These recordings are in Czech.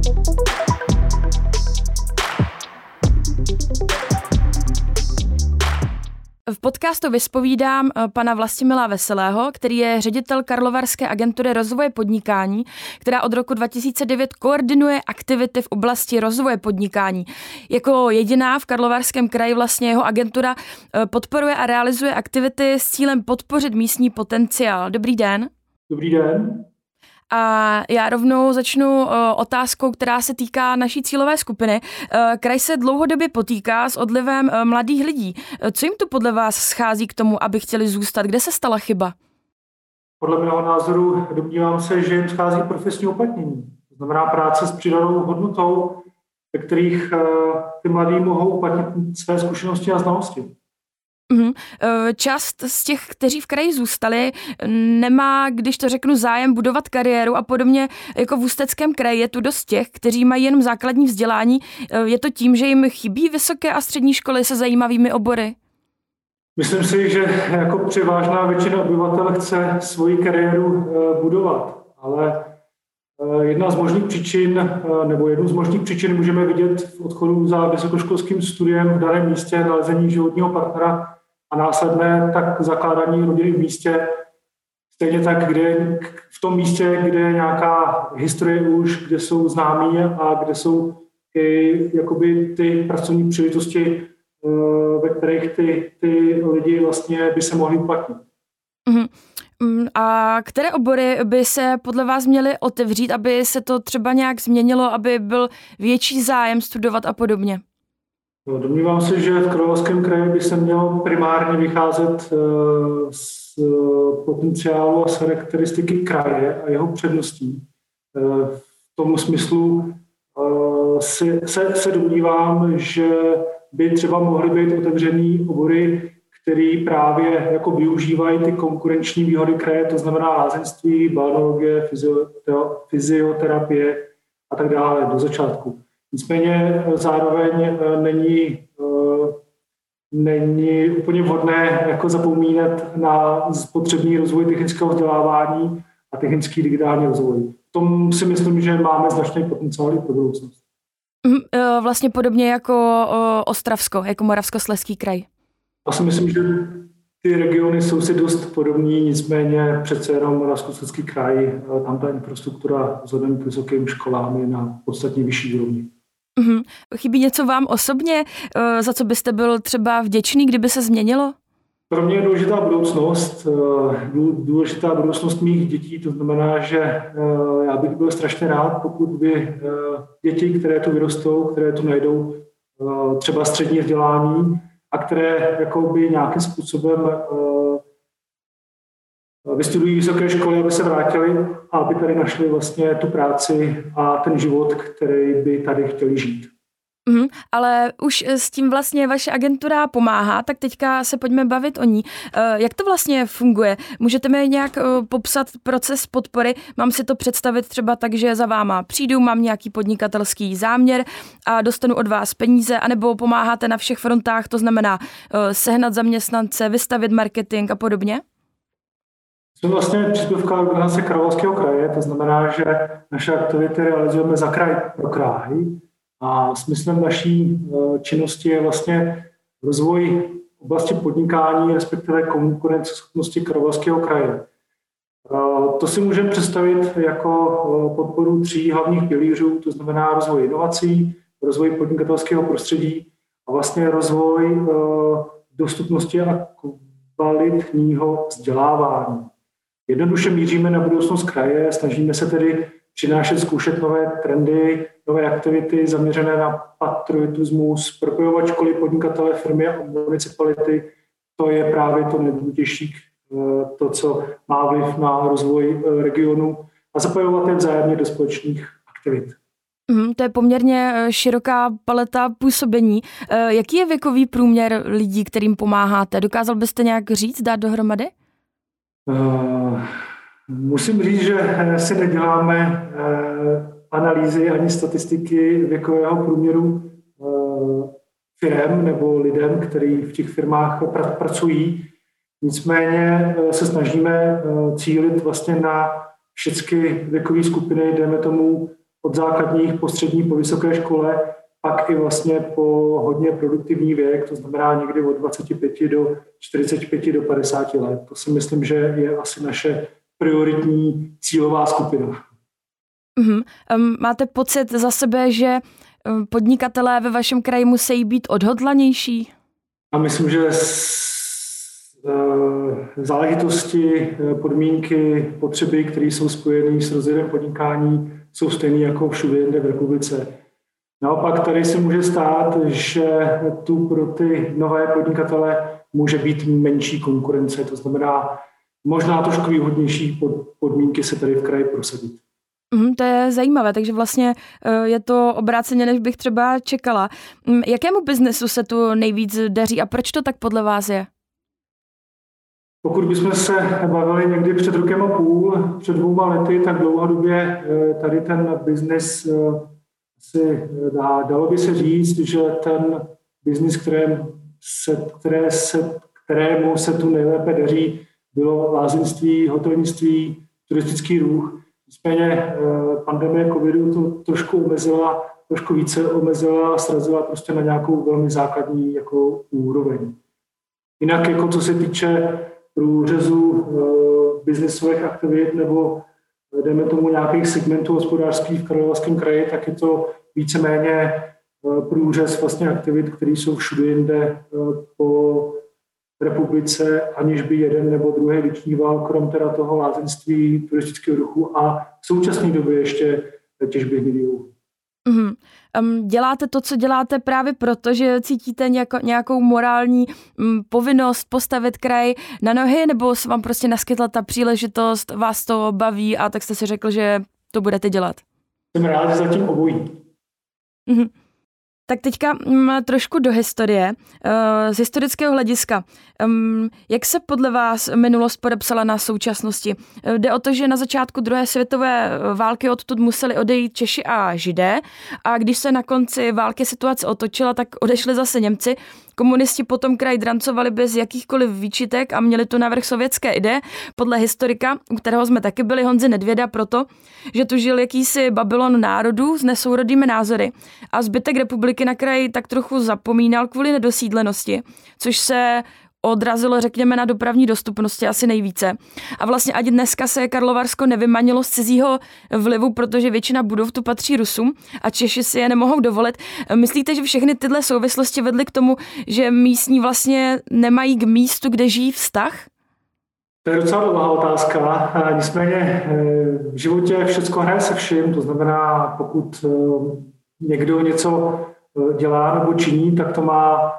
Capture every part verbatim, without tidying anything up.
V podcastu vyspovídám pana Vlastimila Veselého, který je ředitel Karlovarské agentury rozvoje podnikání, která od roku dva tisíce devět koordinuje aktivity v oblasti rozvoje podnikání. Jako jediná v Karlovarském kraji vlastně jeho agentura podporuje a realizuje aktivity s cílem podpořit místní potenciál. Dobrý den. Dobrý den. A já rovnou začnu otázkou, která se týká naší cílové skupiny. Kraj se dlouhodobě potýká s odlivem mladých lidí. Co jim to podle vás schází k tomu, aby chtěli zůstat? Kde se stala chyba? Podle mého názoru domnívám se, že jim schází profesní uplatnění. To znamená práce s přidanou hodnotou, ve kterých ty mladí mohou uplatnit své zkušenosti a znalosti. Část z těch, kteří v kraji zůstali, nemá, když to řeknu, zájem budovat kariéru a podobně, jako v Ústeckém kraji je tu dost těch, kteří mají jenom základní vzdělání. Je to tím, že jim chybí vysoké a střední školy se zajímavými obory? Myslím si, že jako převážná většina obyvatel chce svoji kariéru budovat, ale jedna z možných příčin, nebo jednu z možných příčin můžeme vidět v odchodu za vysokoškolským studiem v daném místě, nalezení životního partnera a následné tak zakládání rodiny v místě, stejně tak, kde v tom místě, kde je nějaká historie už, kde jsou známí a kde jsou i jakoby ty pracovní příležitosti, ve kterých ty, ty lidi vlastně by se mohli uplatnit. Mm-hmm. A které obory by se podle vás měly otevřít, aby se to třeba nějak změnilo, aby byl větší zájem studovat a podobně? Domnívám se, že v Karlovarském kraji by se mělo primárně vycházet z potenciálu a z charakteristiky kraje a jeho předností. V tom smyslu se, se, se domnívám, že by třeba mohly být otevřený obory, který právě jako využívají ty konkurenční výhody kraje, to znamená lázeňství, balneologie, fyzioterapie a tak dále do začátku. Nicméně zároveň není, není úplně vhodné jako zapomínat na potřebný rozvoj technického vzdělávání a technický digitální rozvoj. V tom si myslím, že máme značný potenciál i pro budoucnost. Vlastně podobně jako Ostravsko, jako Moravskoslezský kraj. Já si myslím, že ty regiony jsou si dost podobní, nicméně přece jenom Moravskoslezský kraj, tam ta infrastruktura vzhledem k vysokým školám je na podstatně vyšší úrovni. Uhum. Chybí něco vám osobně, za co byste byl třeba vděčný, kdyby se změnilo? Pro mě je důležitá budoucnost, důležitá budoucnost mých dětí, to znamená, že já bych byl strašně rád, pokud by děti, které tu vyrostou, které tu najdou třeba střední vzdělání a které jakoby nějakým způsobem vystudují vysoké školy, aby se vrátili a aby tady našli vlastně tu práci a ten život, který by tady chtěli žít. Mm, ale už s tím vlastně vaše agentura pomáhá, tak teďka se pojďme bavit o ní. Jak to vlastně funguje? Můžete mi nějak popsat proces podpory? Mám si to představit třeba tak, že za váma přijdu, mám nějaký podnikatelský záměr a dostanu od vás peníze, anebo pomáháte na všech frontách, to znamená sehnat zaměstnance, vystavit marketing a podobně? Jsme vlastně příspěvková organizace Karlovarského kraje, to znamená, že naše aktivity realizujeme za kraj pro kraj a smyslem naší činnosti je vlastně rozvoj oblasti podnikání, respektive konkurenceschopnosti Karlovarského kraje. To si můžeme představit jako podporu tří hlavních pilířů, to znamená rozvoj inovací, rozvoj podnikatelského prostředí a vlastně rozvoj dostupnosti a kvalitního vzdělávání. Jednoduše míříme na budoucnost kraje, snažíme se tedy přinášet, zkoušet nové trendy, nové aktivity zaměřené na patriotismus, propojovat školy, podnikatele, firmy a municipality. To je právě to nejdůležitější, to, co má vliv na rozvoj regionu a zapojovat je vzájemně do společných aktivit. Mm, to je poměrně široká paleta působení. Jaký je věkový průměr lidí, kterým pomáháte? Dokázal byste nějak říct, dát dohromady? Uh, musím říct, že si neděláme uh, analýzy ani statistiky věkového průměru uh, firem nebo lidem, kteří v těch firmách pr- pracují. Nicméně uh, se snažíme uh, cílit vlastně na všechny věkové skupiny, dejme tomu od základních, po střední, po vysoké škole, pak i vlastně po hodně produktivní věk, to znamená někdy od dvacet pět do čtyřicet pět do padesát let. To si myslím, že je asi naše prioritní cílová skupina. Mm-hmm. Um, máte pocit za sebe, že podnikatelé ve vašem kraji musí být odhodlanější? A myslím, že záležitosti, podmínky, potřeby, které jsou spojeny s rozvojem podnikání, jsou stejné jako všude jinde v republice. Naopak tady se může stát, že tu pro ty nové podnikatele může být menší konkurence, to znamená možná trošku výhodnější podmínky se tady v kraji prosadit. Mm, to je zajímavé, takže vlastně je to obráceně, než bych třeba čekala. Jakému biznesu se tu nejvíc daří a proč to tak podle vás je? Pokud bychom se bavili někdy před rokem a půl, před dvouma lety, tak dlouhodobě tady ten biznes si dá, dalo by se říct, že ten biznis, kterém se, které se, kterému se tu nejlépe daří, bylo lázeňství, hotelnictví, turistický ruch. Nicméně pandemie covidu to trošku omezila, trošku více omezila a srazila prostě na nějakou velmi základní jako úroveň. Jinak, jako co se týče průřezu e, biznesových aktivit nebo dejme tomu nějakých segmentů hospodářských v Karlovarském kraji, tak je to víceméně e, průřez vlastně aktivit, které jsou všude jinde e, po republice, aniž by jeden nebo druhý vyčníval, krom teda toho lázeňství, turistického ruchu a v současné době ještě těžby hnědého. Mm-hmm. Um, děláte to, co děláte právě proto, že cítíte nějako, nějakou morální um, povinnost postavit kraj na nohy, nebo se vám prostě naskytla ta příležitost, vás to baví a tak jste si řekl, že to budete dělat? Jsem rád, že zatím obojí. Mm-hmm. Tak teďka um, trošku do historie, uh, z historického hlediska. Um, jak se podle vás minulost podepsala na současnosti? Uh, jde o to, že na začátku druhé světové války odtud museli odejít Češi a Židé a když se na konci války situace otočila, tak odešli zase Němci. Komunisti potom kraj drancovali bez jakýchkoliv výčitek a měli tu navrch sovětské ideje. Podle historika, u kterého jsme taky byli, Honzy Nedvěda, proto, že tu žil jakýsi Babylon národů s nesourodými názory a zbytek republiky na kraji tak trochu zapomínal kvůli nedosídlenosti, což se odrazilo, řekněme, na dopravní dostupnosti asi nejvíce. A vlastně ani dneska se Karlovarsko nevymanilo z cizího vlivu, protože většina budov tu patří Rusům a Češi si je nemohou dovolit. Myslíte, že všechny tyhle souvislosti vedly k tomu, že místní vlastně nemají k místu, kde žijí, vztah? To je docela dlouhá otázka. Nicméně v životě všecko hraje se vším, to znamená, pokud někdo něco dělá nebo činí, tak to má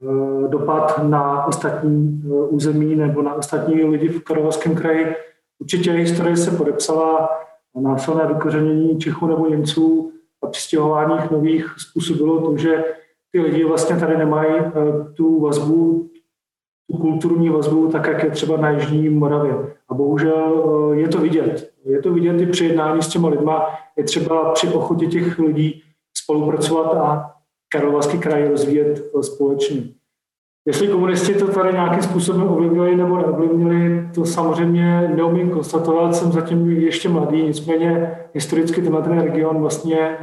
dopad na ostatní území nebo na ostatní lidi v Karlovarském kraji. Určitě historie se podepsala na násilné vykořenění Čechů nebo Němců a přistěhování nových způsobilo to, že ty lidi vlastně tady nemají tu vazbu, tu kulturní vazbu, tak jak je třeba na Jižní Moravě. A bohužel je to vidět. Je to vidět i při jednání s těma lidma. Je třeba při ochotě těch lidí spolupracovat a Karlovarský kraj rozvíjet společně. Jestli komunisti to tady nějakým způsobem ovlivnili nebo neovlivnili, to samozřejmě neumím konstatovat, jsem zatím ještě mladý, nicméně historicky tenhle region vlastně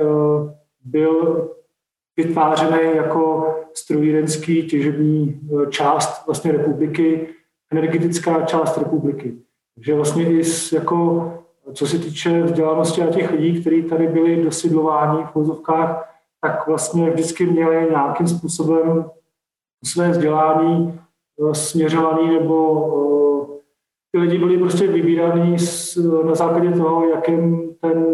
byl vytvářený jako strojírenský těžební část vlastně republiky, energetická část republiky. Takže vlastně i jako, co se týče vzdělanosti a těch lidí, kteří tady byli dosidlováni v vozovkách, tak vlastně vždycky měli nějakým způsobem své vzdělání směřovaný, nebo ty lidi byli prostě vybíraní na základě toho, jakým ten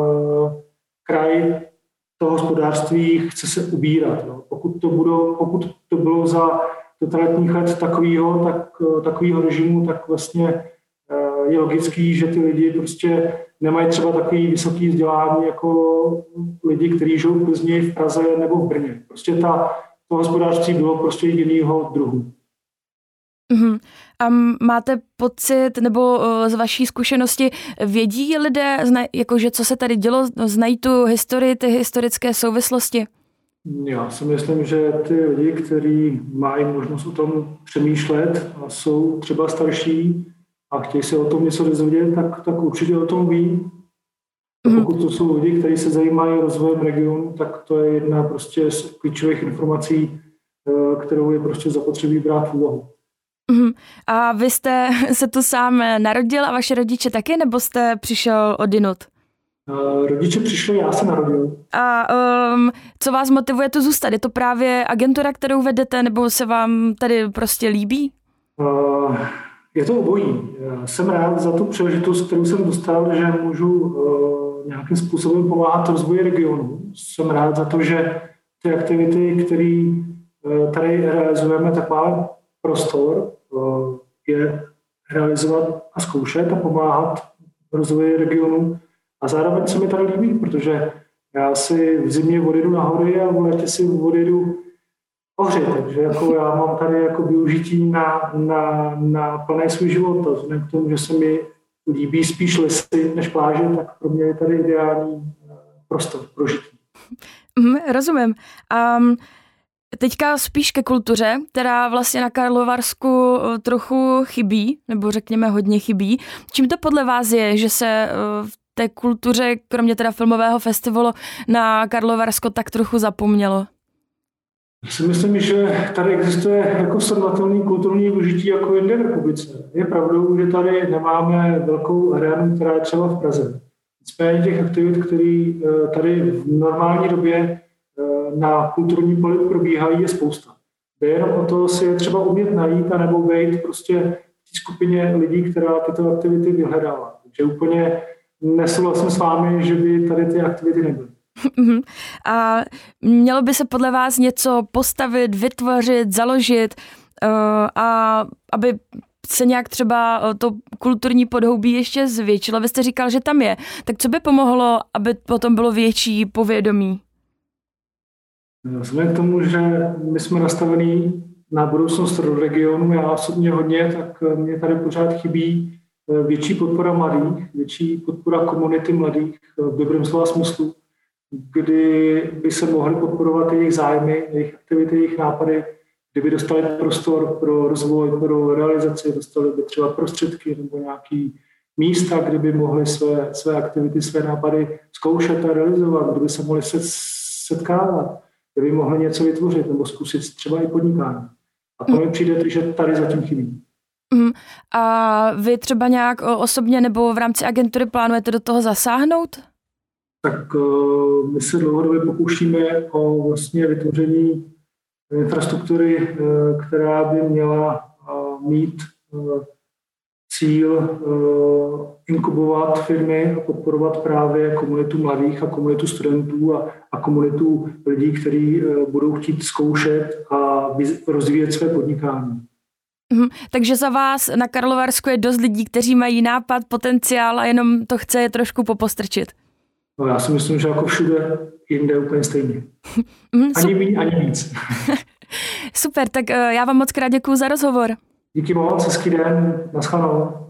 kraj, to hospodářství chce se ubírat. No. Pokud, to budou, pokud to bylo za totalitních let takovýho, tak, takovýho režimu, tak vlastně je logický, že ty lidi prostě nemají třeba takový vysoký vzdělání jako lidi, kteří žijou v Plzni, v Praze nebo v Brně. Prostě ta, to hospodářství bylo prostě jinýho druhu. Mm-hmm. A máte pocit, nebo z vaší zkušenosti, vědí lidé, jakože co se tady dělo, znají tu historii, ty historické souvislosti? Já si myslím, že ty lidi, kteří mají možnost o tom přemýšlet a jsou třeba starší a chtějí se o tom něco dozvědět, tak, tak určitě o tom ví. A pokud to jsou lidi, kteří se zajímají rozvojem regionu, tak to je jedna prostě z klíčových informací, kterou je prostě zapotřebí brát v úvahu. Uh-huh. A vy jste se tu sám narodil a vaše rodiče taky, nebo jste přišel odinut? Uh, rodiče přišli, já se narodil. A um, co vás motivuje tu zůstat? Je to právě agentura, kterou vedete, nebo se vám tady prostě líbí? Uh, je to obojí. Já jsem rád za tu příležitost, kterou jsem dostal, že můžu uh, nějakým způsobem pomáhat rozvoji regionu. Jsem rád za to, že ty aktivity, které uh, tady realizujeme, tak máme prostor uh, je realizovat a zkoušet a pomáhat rozvoji regionu. A zároveň se mi tady líbí, protože já si v zimě odjedu na hory a v létě si odjedu ohřet. Takže jako já mám tady jako využití na, na, na plný svůj život. A vzhledem k tomu, že se mi líbí spíš lesy než pláže, tak pro mě je tady ideální prostor pro žití. Mm, rozumím. Um, teďka spíš ke kultuře, která vlastně na Karlovarsku trochu chybí, nebo řekněme hodně chybí. Čím to podle vás je, že se v té kultuře, kromě teda filmového festivalu, na Karlovarsko tak trochu zapomnělo? Já si myslím, že tady existuje jako srovnatelný kulturní využití jako jinde v republice. Je pravdou, že tady nemáme velkou arénu, která je třeba v Praze. Nicméně těch aktivit, které tady v normální době na kulturní poli probíhají, je spousta. Jde jenom o to si je třeba umět najít a nebo vejít prostě v té skupině lidí, která tyto aktivity vyhledává. Takže úplně nesouhlasím s vámi, že by tady ty aktivity nebyly. A mělo by se podle vás něco postavit, vytvořit, založit, a aby se nějak třeba to kulturní podhoubí ještě zvětšilo? Vy jste říkal, že tam je. Tak co by pomohlo, aby potom bylo větší povědomí? Vzhledem k tomu, že my jsme nastavení na budoucnost regionu, já osobně hodně, tak mě tady pořád chybí větší podpora mladých, větší podpora komunity mladých v dobrém slova smyslu, kdy by se mohly podporovat jejich zájmy, jejich aktivity, jejich nápady, kdyby dostali prostor pro rozvoj, pro realizaci, dostali by třeba prostředky nebo nějaký místa, kde by mohli své, své aktivity, své nápady zkoušet a realizovat, kdyby se mohli setkávat, kdyby mohli něco vytvořit nebo zkusit třeba i podnikání. A to mi přijde, že tady zatím chybí. A vy třeba nějak osobně nebo v rámci agentury plánujete do toho zasáhnout? Tak uh, my se dlouhodobě pokoušíme o vlastně vytvoření infrastruktury, uh, která by měla uh, mít uh, cíl uh, inkubovat firmy a podporovat právě komunitu mladých a komunitu studentů a, a komunitu lidí, kteří uh, budou chtít zkoušet a rozvíjet své podnikání. Mhm, takže za vás na Karlovarsku je dost lidí, kteří mají nápad, potenciál a jenom to chce je trošku popostrčit. No, já si myslím, že jako všude jinde úplně stejně. Ani méně, ani víc. Super, tak já vám moc krát děkuju za rozhovor. Díky moc, hezký den, naschledanou.